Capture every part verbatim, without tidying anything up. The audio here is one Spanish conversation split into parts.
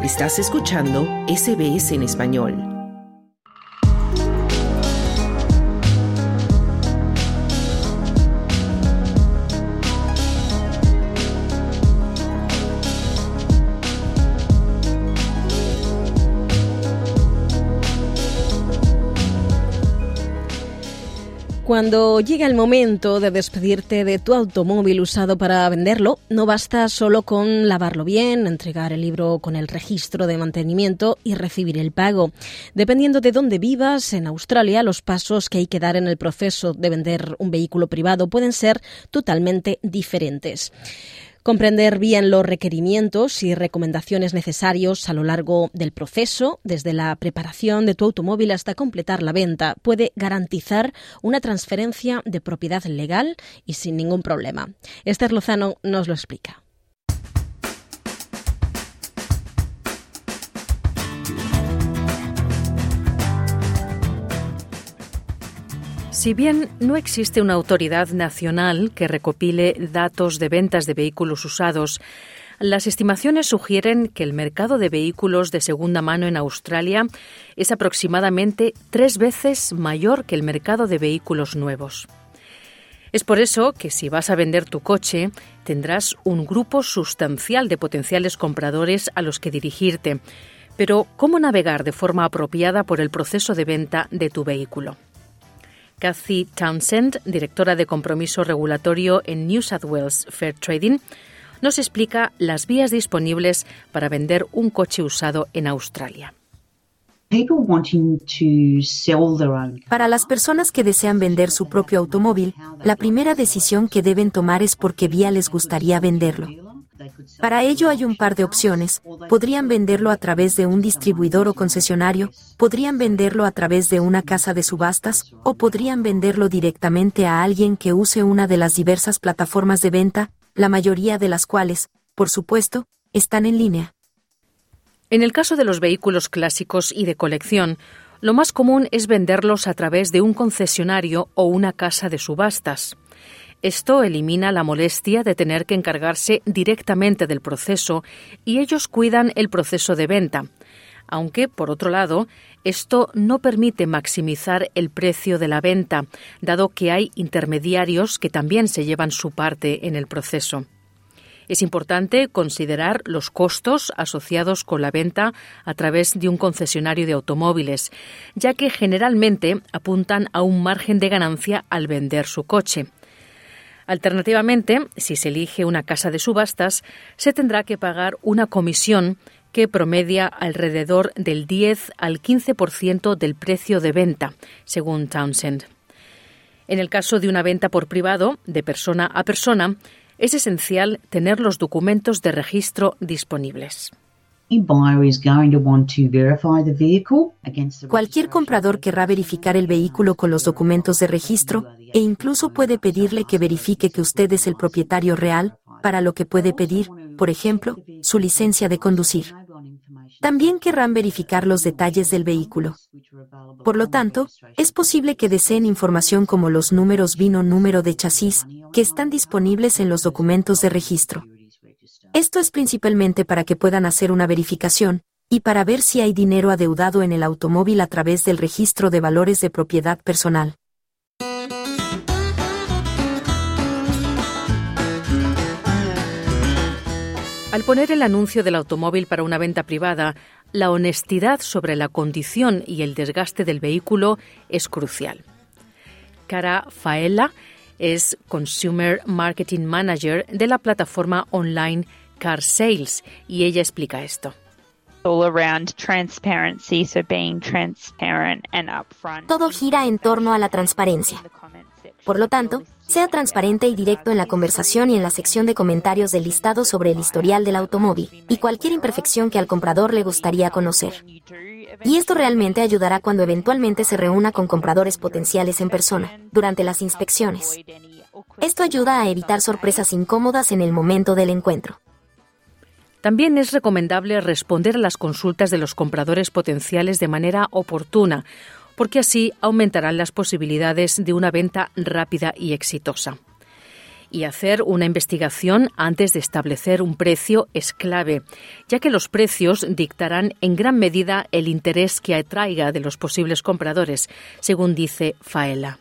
Estás escuchando S B S en español. Cuando llega el momento de despedirte de tu automóvil usado para venderlo, no basta solo con lavarlo bien, entregar el libro con el registro de mantenimiento y recibir el pago. Dependiendo de dónde vivas, en Australia, los pasos que hay que dar en el proceso de vender un vehículo privado pueden ser totalmente diferentes. Comprender bien los requerimientos y recomendaciones necesarios a lo largo del proceso, desde la preparación de tu automóvil hasta completar la venta, puede garantizar una transferencia de propiedad legal y sin ningún problema. Esther Lozano nos lo explica. Si bien no existe una autoridad nacional que recopile datos de ventas de vehículos usados, las estimaciones sugieren que el mercado de vehículos de segunda mano en Australia es aproximadamente tres veces mayor que el mercado de vehículos nuevos. Es por eso que si vas a vender tu coche, tendrás un grupo sustancial de potenciales compradores a los que dirigirte. Pero, ¿cómo navegar de forma apropiada por el proceso de venta de tu vehículo? Cathy Townsend, directora de compromiso regulatorio en New South Wales Fair Trading, nos explica las vías disponibles para vender un coche usado en Australia. Para las personas que desean vender su propio automóvil, la primera decisión que deben tomar es por qué vía les gustaría venderlo. Para ello hay un par de opciones. Podrían venderlo a través de un distribuidor o concesionario, podrían venderlo a través de una casa de subastas, o podrían venderlo directamente a alguien que use una de las diversas plataformas de venta, la mayoría de las cuales, por supuesto, están en línea. En el caso de los vehículos clásicos y de colección, lo más común es venderlos a través de un concesionario o una casa de subastas. Esto elimina la molestia de tener que encargarse directamente del proceso y ellos cuidan el proceso de venta. Aunque, por otro lado, esto no permite maximizar el precio de la venta, dado que hay intermediarios que también se llevan su parte en el proceso. Es importante considerar los costos asociados con la venta a través de un concesionario de automóviles, ya que generalmente apuntan a un margen de ganancia al vender su coche. Alternativamente, si se elige una casa de subastas, se tendrá que pagar una comisión que promedia alrededor del diez al quince por ciento del precio de venta, según Townsend. En el caso de una venta por privado, de persona a persona, es esencial tener los documentos de registro disponibles. Cualquier comprador querrá verificar el vehículo con los documentos de registro e incluso puede pedirle que verifique que usted es el propietario real, para lo que puede pedir, por ejemplo, su licencia de conducir. También querrán verificar los detalles del vehículo. Por lo tanto, es posible que deseen información como los números V I N o número de chasis, que están disponibles en los documentos de registro. Esto es principalmente para que puedan hacer una verificación, y para ver si hay dinero adeudado en el automóvil a través del registro de valores de propiedad personal. Al poner el anuncio del automóvil para una venta privada, la honestidad sobre la condición y el desgaste del vehículo es crucial. Cara Faella es Consumer Marketing Manager de la plataforma online Car Sales y ella explica esto. Todo gira en torno a la transparencia. Por lo tanto, sea transparente y directo en la conversación y en la sección de comentarios del listado sobre el historial del automóvil y cualquier imperfección que al comprador le gustaría conocer. Y esto realmente ayudará cuando eventualmente se reúna con compradores potenciales en persona, durante las inspecciones. Esto ayuda a evitar sorpresas incómodas en el momento del encuentro. También es recomendable responder a las consultas de los compradores potenciales de manera oportuna, porque así aumentarán las posibilidades de una venta rápida y exitosa. Y hacer una investigación antes de establecer un precio es clave, ya que los precios dictarán en gran medida el interés que atraiga de los posibles compradores, según dice Faela.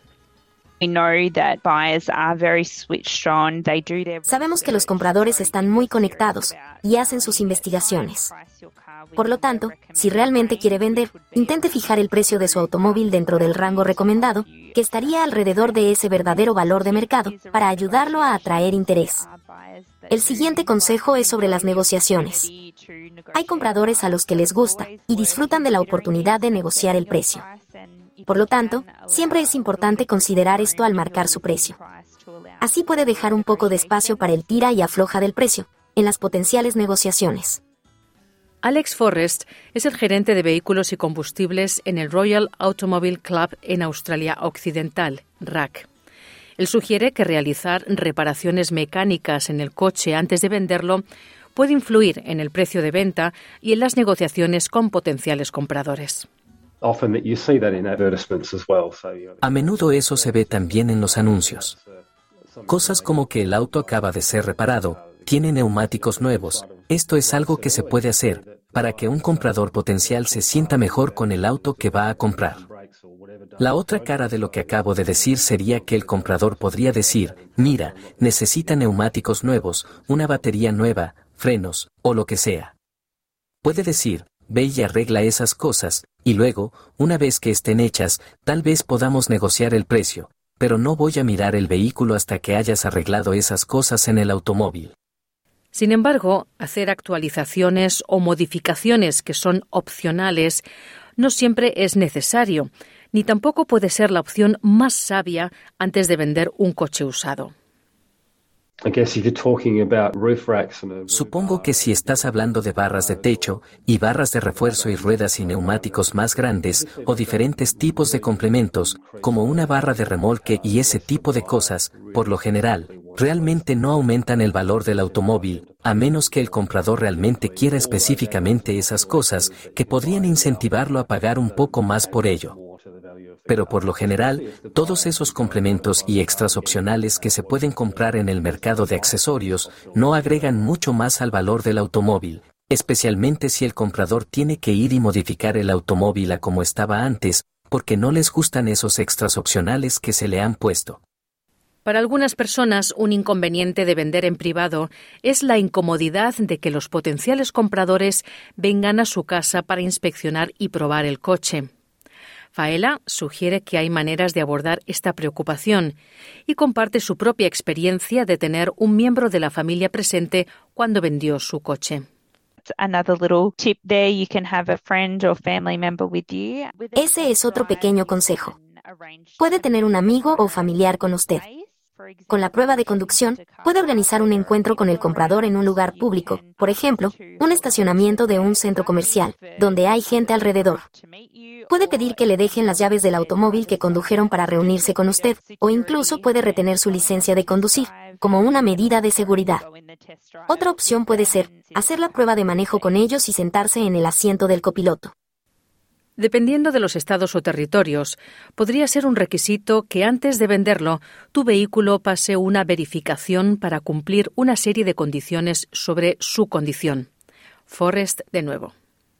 Sabemos que los compradores están muy conectados y hacen sus investigaciones. Por lo tanto, si realmente quiere vender, intente fijar el precio de su automóvil dentro del rango recomendado, que estaría alrededor de ese verdadero valor de mercado, para ayudarlo a atraer interés. El siguiente consejo es sobre las negociaciones. Hay compradores a los que les gusta y disfrutan de la oportunidad de negociar el precio. Por lo tanto, siempre es importante considerar esto al marcar su precio. Así puede dejar un poco de espacio para el tira y afloja del precio en las potenciales negociaciones. Alex Forrest es el gerente de vehículos y combustibles en el Royal Automobile Club en Australia Occidental, R A C. Él sugiere que realizar reparaciones mecánicas en el coche antes de venderlo puede influir en el precio de venta y en las negociaciones con potenciales compradores. A menudo eso se ve también en los anuncios. Cosas como que el auto acaba de ser reparado, tiene neumáticos nuevos. Esto es algo que se puede hacer para que un comprador potencial se sienta mejor con el auto que va a comprar. La otra cara de lo que acabo de decir sería que el comprador podría decir, mira, necesita neumáticos nuevos, una batería nueva, frenos, o lo que sea. Puede decir, ve y arregla esas cosas, y luego, una vez que estén hechas, tal vez podamos negociar el precio, pero no voy a mirar el vehículo hasta que hayas arreglado esas cosas en el automóvil. Sin embargo, hacer actualizaciones o modificaciones que son opcionales no siempre es necesario, ni tampoco puede ser la opción más sabia antes de vender un coche usado. Supongo que si estás hablando de barras de techo, y barras de refuerzo y ruedas y neumáticos más grandes, o diferentes tipos de complementos, como una barra de remolque y ese tipo de cosas, por lo general, realmente no aumentan el valor del automóvil, a menos que el comprador realmente quiera específicamente esas cosas, que podrían incentivarlo a pagar un poco más por ello. Pero por lo general, todos esos complementos y extras opcionales que se pueden comprar en el mercado de accesorios no agregan mucho más al valor del automóvil, especialmente si el comprador tiene que ir y modificar el automóvil a como estaba antes, porque no les gustan esos extras opcionales que se le han puesto. Para algunas personas, un inconveniente de vender en privado es la incomodidad de que los potenciales compradores vengan a su casa para inspeccionar y probar el coche. Faela sugiere que hay maneras de abordar esta preocupación y comparte su propia experiencia de tener un miembro de la familia presente cuando vendió su coche. Ese es otro pequeño consejo. Puede tener un amigo o familiar con usted. Con la prueba de conducción, puede organizar un encuentro con el comprador en un lugar público, por ejemplo, un estacionamiento de un centro comercial, donde hay gente alrededor. Puede pedir que le dejen las llaves del automóvil que condujeron para reunirse con usted, o incluso puede retener su licencia de conducir, como una medida de seguridad. Otra opción puede ser hacer la prueba de manejo con ellos y sentarse en el asiento del copiloto. Dependiendo de los estados o territorios, podría ser un requisito que antes de venderlo, tu vehículo pase una verificación para cumplir una serie de condiciones sobre su condición. Forrest, de nuevo.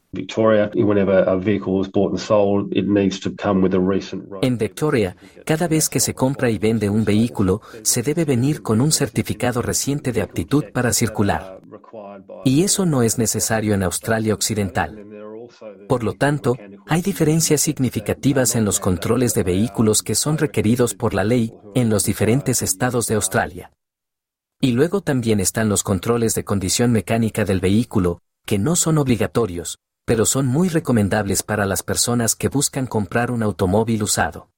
En Victoria, cada vez que se compra y vende un vehículo, se debe venir con un certificado reciente de aptitud para circular. Y eso no es necesario en Australia Occidental. Por lo tanto, hay diferencias significativas en los controles de vehículos que son requeridos por la ley en los diferentes estados de Australia. Y luego también están los controles de condición mecánica del vehículo, que no son obligatorios, pero son muy recomendables para las personas que buscan comprar un automóvil usado.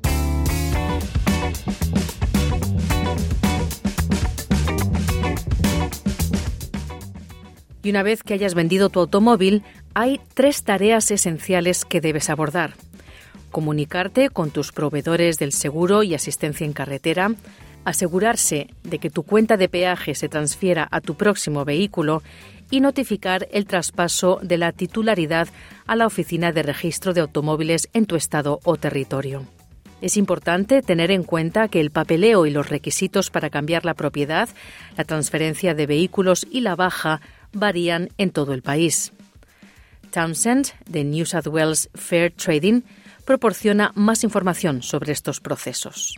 Y una vez que hayas vendido tu automóvil, hay tres tareas esenciales que debes abordar. Comunicarte con tus proveedores del seguro y asistencia en carretera, asegurarse de que tu cuenta de peaje se transfiera a tu próximo vehículo y notificar el traspaso de la titularidad a la Oficina de Registro de Automóviles en tu estado o territorio. Es importante tener en cuenta que el papeleo y los requisitos para cambiar la propiedad, la transferencia de vehículos y la baja varían en todo el país. Townsend, de New South Wales Fair Trading, proporciona más información sobre estos procesos.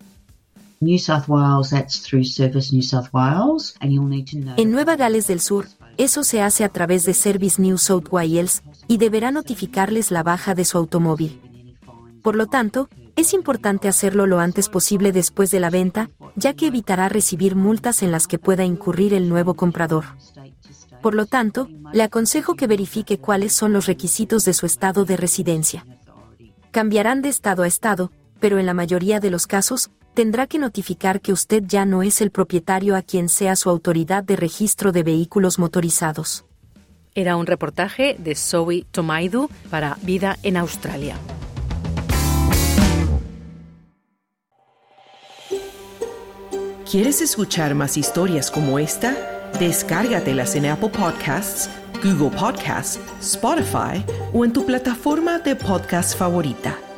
En Nueva Gales del Sur, eso se hace a través de Service New South Wales y deberá notificarles la baja de su automóvil. Por lo tanto, es importante hacerlo lo antes posible después de la venta, ya que evitará recibir multas en las que pueda incurrir el nuevo comprador. Por lo tanto, le aconsejo que verifique cuáles son los requisitos de su estado de residencia. Cambiarán de estado a estado, pero en la mayoría de los casos, tendrá que notificar que usted ya no es el propietario a quien sea su autoridad de registro de vehículos motorizados. Era un reportaje de Zoe Tomaidu para Vida en Australia. ¿Quieres escuchar más historias como esta? Descárgatelas en Apple Podcasts, Google Podcasts, Spotify o en tu plataforma de podcast favorita.